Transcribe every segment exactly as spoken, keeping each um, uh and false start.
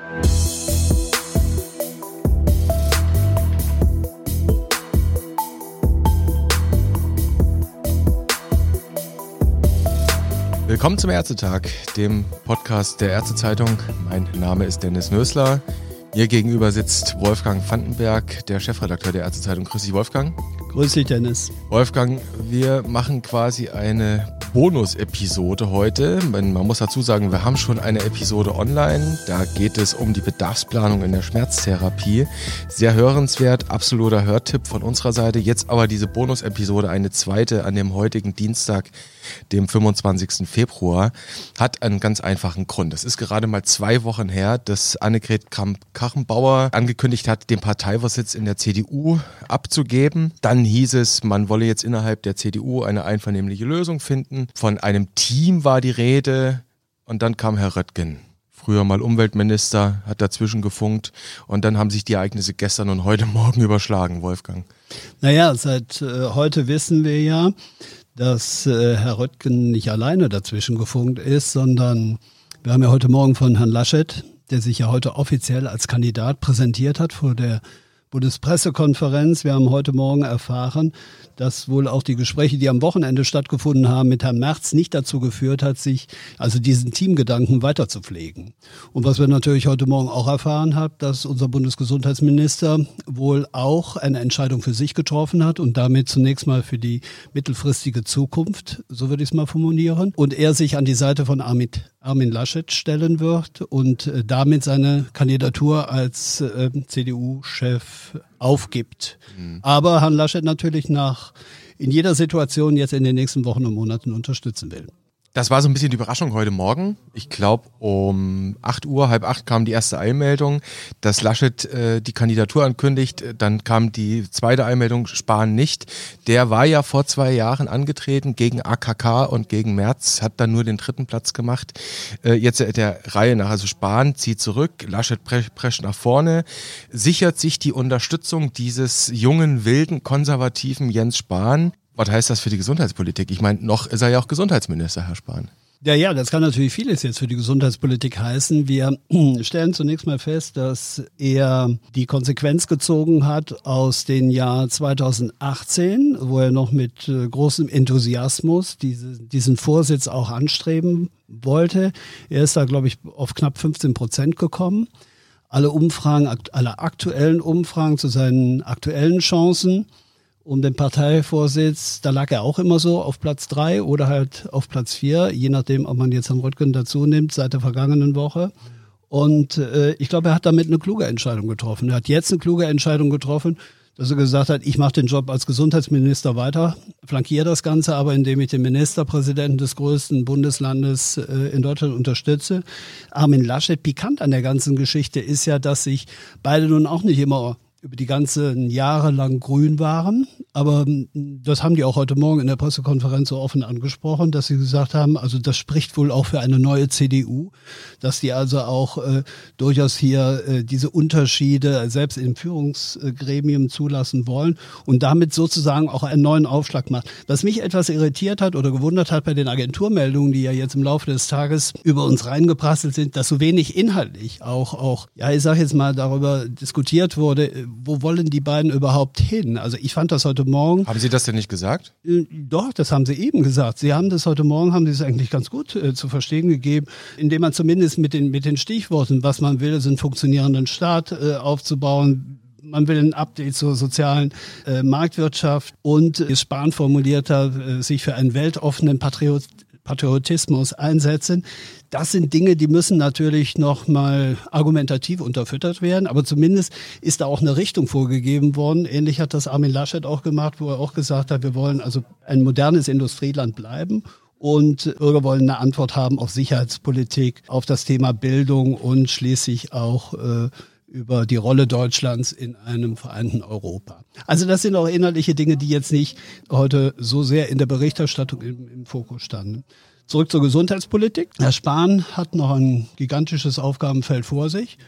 Willkommen zum Ärztetag, dem Podcast der Ärztezeitung. Mein Name ist Dennis Nösler. Mir gegenüber sitzt Wolfgang Vandenberg, der Chefredakteur der Ärztezeitung. Grüß dich, Wolfgang. Grüß dich, Dennis. Wolfgang, wir machen quasi eine Bonus-Episode heute. Man muss dazu sagen, wir haben schon eine Episode online. Da geht es um die Bedarfsplanung in der Schmerztherapie. Sehr hörenswert, absoluter Hörtipp von unserer Seite. Jetzt aber diese Bonus-Episode, eine zweite an dem heutigen Dienstag, dem fünfundzwanzigsten Februar, hat einen ganz einfachen Grund. Es ist gerade mal zwei Wochen her, dass Annegret Kramp-Karrenbauer angekündigt hat, den Parteivorsitz in der C D U abzugeben. Dann hieß es, man wolle jetzt innerhalb der C D U eine einvernehmliche Lösung finden. Von einem Team war die Rede und dann kam Herr Röttgen, früher mal Umweltminister, hat dazwischen gefunkt und dann haben sich die Ereignisse gestern und heute Morgen überschlagen, Wolfgang. Naja, seit äh, heute wissen wir ja, dass äh, Herr Röttgen nicht alleine dazwischen gefunkt ist, sondern wir haben ja heute Morgen von Herrn Laschet, der sich ja heute offiziell als Kandidat präsentiert hat vor der Bundespressekonferenz. Wir haben heute Morgen erfahren, dass wohl auch die Gespräche, die am Wochenende stattgefunden haben mit Herrn Merz, nicht dazu geführt hat, sich also diesen Teamgedanken weiter zu pflegen. Und was wir natürlich heute Morgen auch erfahren haben, dass unser Bundesgesundheitsminister wohl auch eine Entscheidung für sich getroffen hat und damit zunächst mal für die mittelfristige Zukunft, so würde ich es mal formulieren, und er sich an die Seite von Armin, Armin Laschet stellen wird und damit seine Kandidatur als äh, C D U-Chef aufgibt. Mhm. Aber Herrn Laschet natürlich nach in jeder Situation jetzt in den nächsten Wochen und Monaten unterstützen will. Das war so ein bisschen die Überraschung heute Morgen. Ich glaube, um acht Uhr, halb acht kam die erste Eilmeldung, dass Laschet äh, die Kandidatur ankündigt. Dann kam die zweite Eilmeldung, Spahn nicht. Der war ja vor zwei Jahren angetreten gegen A K K und gegen Merz, hat dann nur den dritten Platz gemacht. Äh, jetzt der Reihe nach, also Spahn zieht zurück, Laschet prescht nach vorne, sichert sich die Unterstützung dieses jungen, wilden, konservativen Jens Spahn. Was heißt das für die Gesundheitspolitik? Ich meine, noch ist er ja auch Gesundheitsminister, Herr Spahn. Ja, ja, das kann natürlich vieles jetzt für die Gesundheitspolitik heißen. Wir stellen zunächst mal fest, dass er die Konsequenz gezogen hat aus dem Jahr zweitausendachtzehn, wo er noch mit äh, großem Enthusiasmus diese, diesen Vorsitz auch anstreben wollte. Er ist da, glaube ich, auf knapp fünfzehn Prozent gekommen. Alle Umfragen, alle aktuellen Umfragen zu seinen aktuellen Chancen um den Parteivorsitz, da lag er auch immer so auf Platz drei oder halt auf Platz vier, je nachdem, ob man jetzt Herrn Röttgen dazu nimmt, seit der vergangenen Woche. Und äh, ich glaube, er hat damit eine kluge Entscheidung getroffen. Er hat jetzt eine kluge Entscheidung getroffen, dass er gesagt hat, ich mache den Job als Gesundheitsminister weiter, flankiere das Ganze aber, indem ich den Ministerpräsidenten des größten Bundeslandes äh, in Deutschland unterstütze. Armin Laschet, pikant an der ganzen Geschichte ist ja, dass sich beide nun auch nicht immer über die ganzen Jahre lang grün waren. Aber das haben die auch heute Morgen in der Pressekonferenz so offen angesprochen, dass sie gesagt haben, also das spricht wohl auch für eine neue C D U, dass die also auch äh, durchaus hier äh, diese Unterschiede selbst im Führungsgremium zulassen wollen und damit sozusagen auch einen neuen Aufschlag macht. Was mich etwas irritiert hat oder gewundert hat bei den Agenturmeldungen, die ja jetzt im Laufe des Tages über uns reingeprasselt sind, dass so wenig inhaltlich auch, auch ja, ich sage jetzt mal, darüber diskutiert wurde, wo wollen die beiden überhaupt hin? Also ich fand das heute Morgen... Haben Sie das denn nicht gesagt? Äh, doch, das haben Sie eben gesagt. Sie haben das heute Morgen, haben Sie es eigentlich ganz gut äh, zu verstehen gegeben, indem man zumindest mit den, mit den Stichworten, was man will, ist einen funktionierenden Staat äh, aufzubauen. Man will ein Update zur sozialen äh, Marktwirtschaft und äh, Spahn formuliert hat, äh, sich für einen weltoffenen Patriot Patriotismus einsetzen. Das sind Dinge, die müssen natürlich noch mal argumentativ unterfüttert werden, aber zumindest ist da auch eine Richtung vorgegeben worden. Ähnlich hat das Armin Laschet auch gemacht, wo er auch gesagt hat, wir wollen also ein modernes Industrieland bleiben und Bürger wollen eine Antwort haben auf Sicherheitspolitik, auf das Thema Bildung und schließlich auch äh, über die Rolle Deutschlands in einem vereinten Europa. Also das sind auch inhaltliche Dinge, die jetzt nicht heute so sehr in der Berichterstattung im, im Fokus standen. Zurück zur Gesundheitspolitik. Herr Spahn hat noch ein gigantisches Aufgabenfeld vor sich.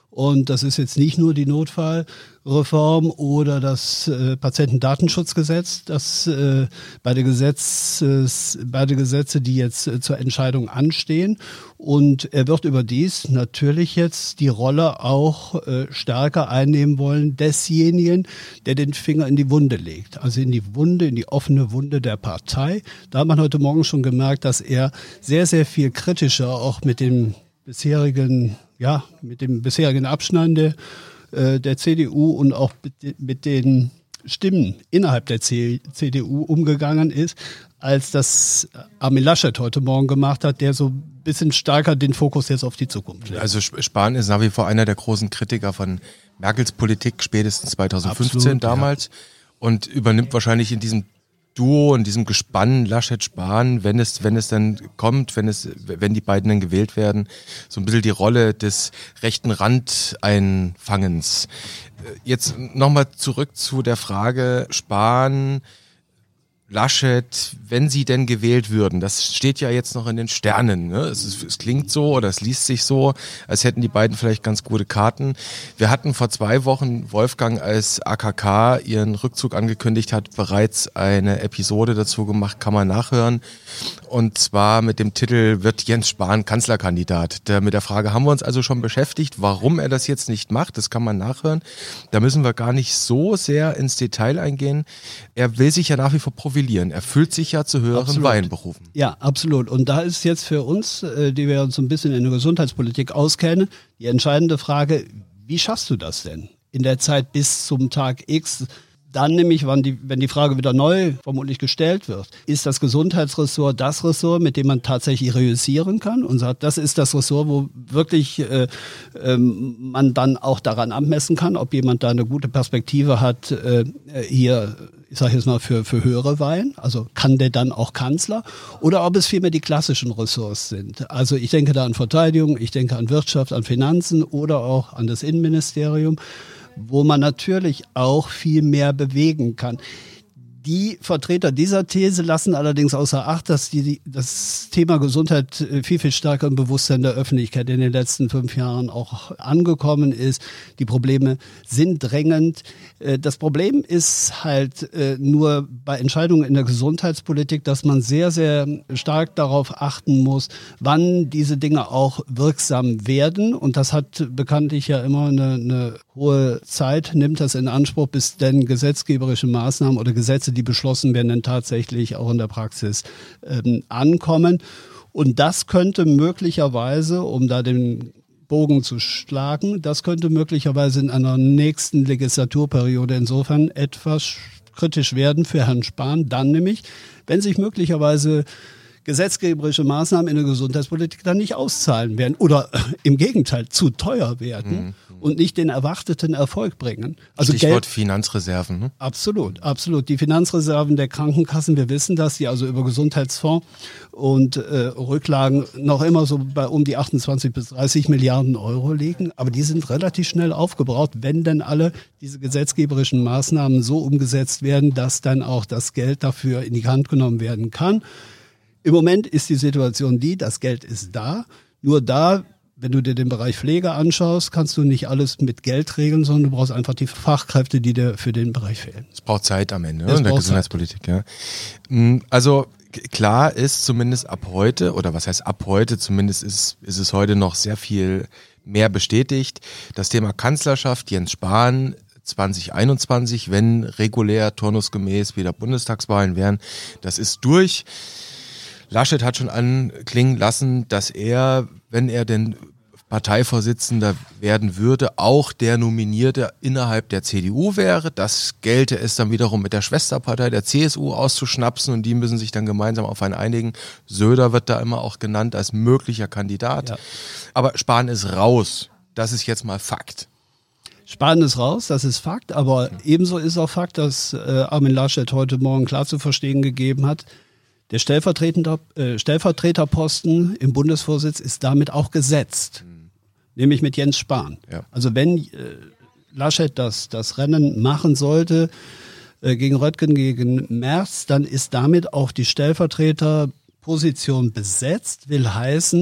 Und das ist jetzt nicht nur die Notfallreform oder das äh, Patientendatenschutzgesetz, das äh, beide, Gesetzes, beide Gesetze, die jetzt äh, zur Entscheidung anstehen. Und er wird überdies natürlich jetzt die Rolle auch äh, stärker einnehmen wollen desjenigen, der den Finger in die Wunde legt. Also in die Wunde, in die offene Wunde der Partei. Da hat man heute Morgen schon gemerkt, dass er sehr, sehr viel kritischer auch mit den bisherigen ja, mit dem bisherigen Abschneiden äh, der C D U und auch mit, mit den Stimmen innerhalb der C- CDU umgegangen ist, als das Armin Laschet heute Morgen gemacht hat, der so ein bisschen stärker den Fokus jetzt auf die Zukunft legt. Also Spahn ist nach wie vor einer der großen Kritiker von Merkels Politik, spätestens zweitausendfünfzehn Absolut, damals, ja. Und übernimmt wahrscheinlich in diesem Duo und diesem Gespann Laschet-Spahn, wenn es, wenn es dann kommt, wenn es, wenn die beiden dann gewählt werden, so ein bisschen die Rolle des rechten Randeinfangens. Jetzt nochmal zurück zu der Frage Spahn, Laschet, wenn sie denn gewählt würden, das steht ja jetzt noch in den Sternen. Ne? Es, ist, es klingt so oder es liest sich so, als hätten die beiden vielleicht ganz gute Karten. Wir hatten vor zwei Wochen Wolfgang, als A K K ihren Rückzug angekündigt hat, bereits eine Episode dazu gemacht, kann man nachhören. Und zwar mit dem Titel „Wird Jens Spahn Kanzlerkandidat?". Der, mit der Frage haben wir uns also schon beschäftigt, warum er das jetzt nicht macht, das kann man nachhören. Da müssen wir gar nicht so sehr ins Detail eingehen. Er will sich ja nach wie vor profilieren. Er fühlt sich ja zu höheren absolut. Weihen berufen. Ja, absolut. Und da ist jetzt für uns, die wir uns so ein bisschen in der Gesundheitspolitik auskennen, die entscheidende Frage, wie schaffst du das denn in der Zeit bis zum Tag X? Dann nämlich, wenn die, wenn die Frage wieder neu vermutlich gestellt wird, ist das Gesundheitsressort das Ressort, mit dem man tatsächlich reüssieren kann und sagt, das ist das Ressort, wo wirklich äh, ähm, man dann auch daran abmessen kann, ob jemand da eine gute Perspektive hat, äh, hier, ich sage jetzt mal, für, für höhere Weihen, also kann der dann auch Kanzler, oder ob es vielmehr die klassischen Ressorts sind. Also ich denke da an Verteidigung, ich denke an Wirtschaft, an Finanzen oder auch an das Innenministerium, wo man natürlich auch viel mehr bewegen kann. Die Vertreter dieser These lassen allerdings außer Acht, dass die, das Thema Gesundheit viel, viel stärker im Bewusstsein der Öffentlichkeit in den letzten fünf Jahren auch angekommen ist. Die Probleme sind drängend. Das Problem ist halt nur bei Entscheidungen in der Gesundheitspolitik, dass man sehr, sehr stark darauf achten muss, wann diese Dinge auch wirksam werden. Und das hat bekanntlich ja immer eine, eine hohe Zeit, nimmt das in Anspruch, bis denn gesetzgeberische Maßnahmen oder Gesetze, die beschlossen werden, dann tatsächlich auch in der Praxis ähm, ankommen. Und das könnte möglicherweise, um da den Bogen zu schlagen, das könnte möglicherweise in einer nächsten Legislaturperiode insofern etwas kritisch werden für Herrn Spahn. Dann nämlich, wenn sich möglicherweise gesetzgeberische Maßnahmen in der Gesundheitspolitik dann nicht auszahlen werden oder im Gegenteil zu teuer werden mhm. und nicht den erwarteten Erfolg bringen. Also Stichwort Geld, Finanzreserven. Ne? Absolut, absolut. Die Finanzreserven der Krankenkassen, wir wissen das, die also über Gesundheitsfonds und äh, Rücklagen noch immer so bei um die achtundzwanzig bis dreißig Milliarden Euro liegen. Aber die sind relativ schnell aufgebraucht, wenn denn alle diese gesetzgeberischen Maßnahmen so umgesetzt werden, dass dann auch das Geld dafür in die Hand genommen werden kann. Im Moment ist die Situation die, das Geld ist da, nur da, wenn du dir den Bereich Pflege anschaust, kannst du nicht alles mit Geld regeln, sondern du brauchst einfach die Fachkräfte, die dir für den Bereich fehlen. Es braucht Zeit am Ende, ne, in der Gesundheitspolitik. Ja. Also klar ist zumindest ab heute, oder was heißt ab heute, zumindest ist, ist es heute noch sehr viel mehr bestätigt, das Thema Kanzlerschaft, Jens Spahn, zwanzig einundzwanzig, wenn regulär turnusgemäß wieder Bundestagswahlen wären, das ist durch. Laschet hat schon anklingen lassen, dass er, wenn er denn Parteivorsitzender werden würde, auch der Nominierte innerhalb der C D U wäre. Das gelte es dann wiederum mit der Schwesterpartei der C S U auszuschnapsen und die müssen sich dann gemeinsam auf einen einigen. Söder wird da immer auch genannt als möglicher Kandidat. Ja. Aber Spahn ist raus. Das ist jetzt mal Fakt. Spahn ist raus, das ist Fakt. Aber ebenso ist auch Fakt, dass äh, Armin Laschet heute Morgen klar zu verstehen gegeben hat, der Stellvertreter, äh, Stellvertreterposten im Bundesvorsitz ist damit auch gesetzt, mhm. nämlich mit Jens Spahn. Ja. Also wenn äh, Laschet das, das Rennen machen sollte äh, gegen Röttgen, gegen Merz, dann ist damit auch die Stellvertreterposition besetzt, will heißen,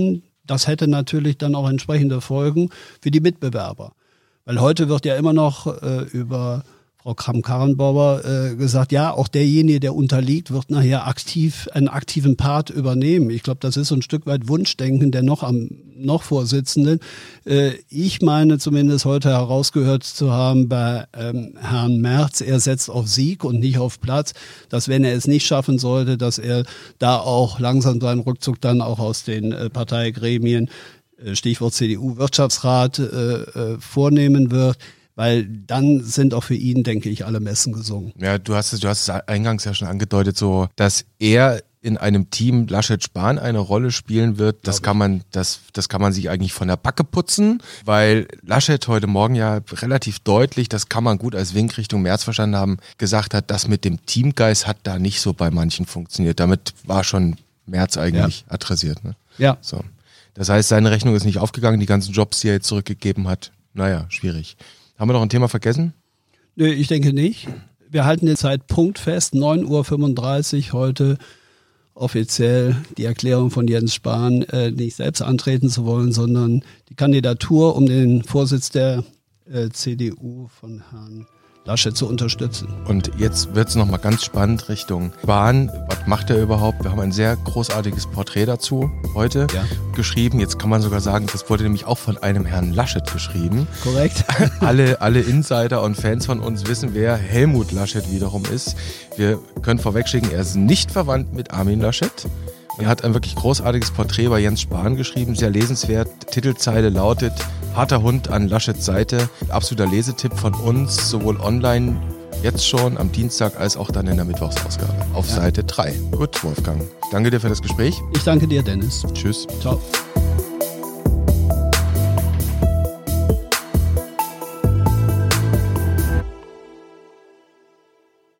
das hätte natürlich dann auch entsprechende Folgen für die Mitbewerber. Weil heute wird ja immer noch äh, über Frau Kramp-Karrenbauer äh, gesagt, ja, auch derjenige, der unterliegt, wird nachher aktiv einen aktiven Part übernehmen. Ich glaube, das ist so ein Stück weit Wunschdenken der noch am noch Vorsitzenden. Äh, ich meine zumindest heute herausgehört zu haben bei ähm, Herrn Merz, er setzt auf Sieg und nicht auf Platz, dass wenn er es nicht schaffen sollte, dass er da auch langsam seinen Rückzug dann auch aus den äh, Parteigremien, äh, Stichwort C D U-Wirtschaftsrat, äh, äh, vornehmen wird. Weil dann sind auch für ihn, denke ich, alle Messen gesungen. Ja, du hast es, du hast es eingangs ja schon angedeutet, so, dass er in einem Team Laschet-Spahn eine Rolle spielen wird. Das kann man, das, das kann man sich eigentlich von der Backe putzen, weil Laschet heute Morgen ja relativ deutlich, das kann man gut als Wink Richtung Merz verstanden haben, gesagt hat, das mit dem Teamgeist hat da nicht so bei manchen funktioniert. Damit war schon Merz eigentlich ja. adressiert. Ne? Ja. So. Das heißt, seine Rechnung ist nicht aufgegangen, die ganzen Jobs, die er jetzt zurückgegeben hat. Naja, schwierig. Haben wir noch ein Thema vergessen? Nö, ich denke nicht. Wir halten den Zeitpunkt fest, neun Uhr fünfunddreißig heute offiziell die Erklärung von Jens Spahn, äh, nicht selbst antreten zu wollen, sondern die Kandidatur um den Vorsitz der äh, C D U von Herrn Laschet zu unterstützen. Und jetzt wird es nochmal ganz spannend Richtung Spahn. Was macht er überhaupt? Wir haben ein sehr großartiges Porträt dazu heute ja. geschrieben. Jetzt kann man sogar sagen, das wurde nämlich auch von einem Herrn Laschet geschrieben. Korrekt. Alle, alle Insider und Fans von uns wissen, wer Helmut Laschet wiederum ist. Wir können vorwegschicken, er ist nicht verwandt mit Armin Laschet. Er hat ein wirklich großartiges Porträt bei Jens Spahn geschrieben, sehr lesenswert. Titelzeile lautet: Harter Hund an Laschets Seite. Absoluter Lesetipp von uns, sowohl online jetzt schon am Dienstag als auch dann in der Mittwochsausgabe auf ja. Seite drei. Gut, Wolfgang. Danke dir für das Gespräch. Ich danke dir, Dennis. Tschüss. Ciao.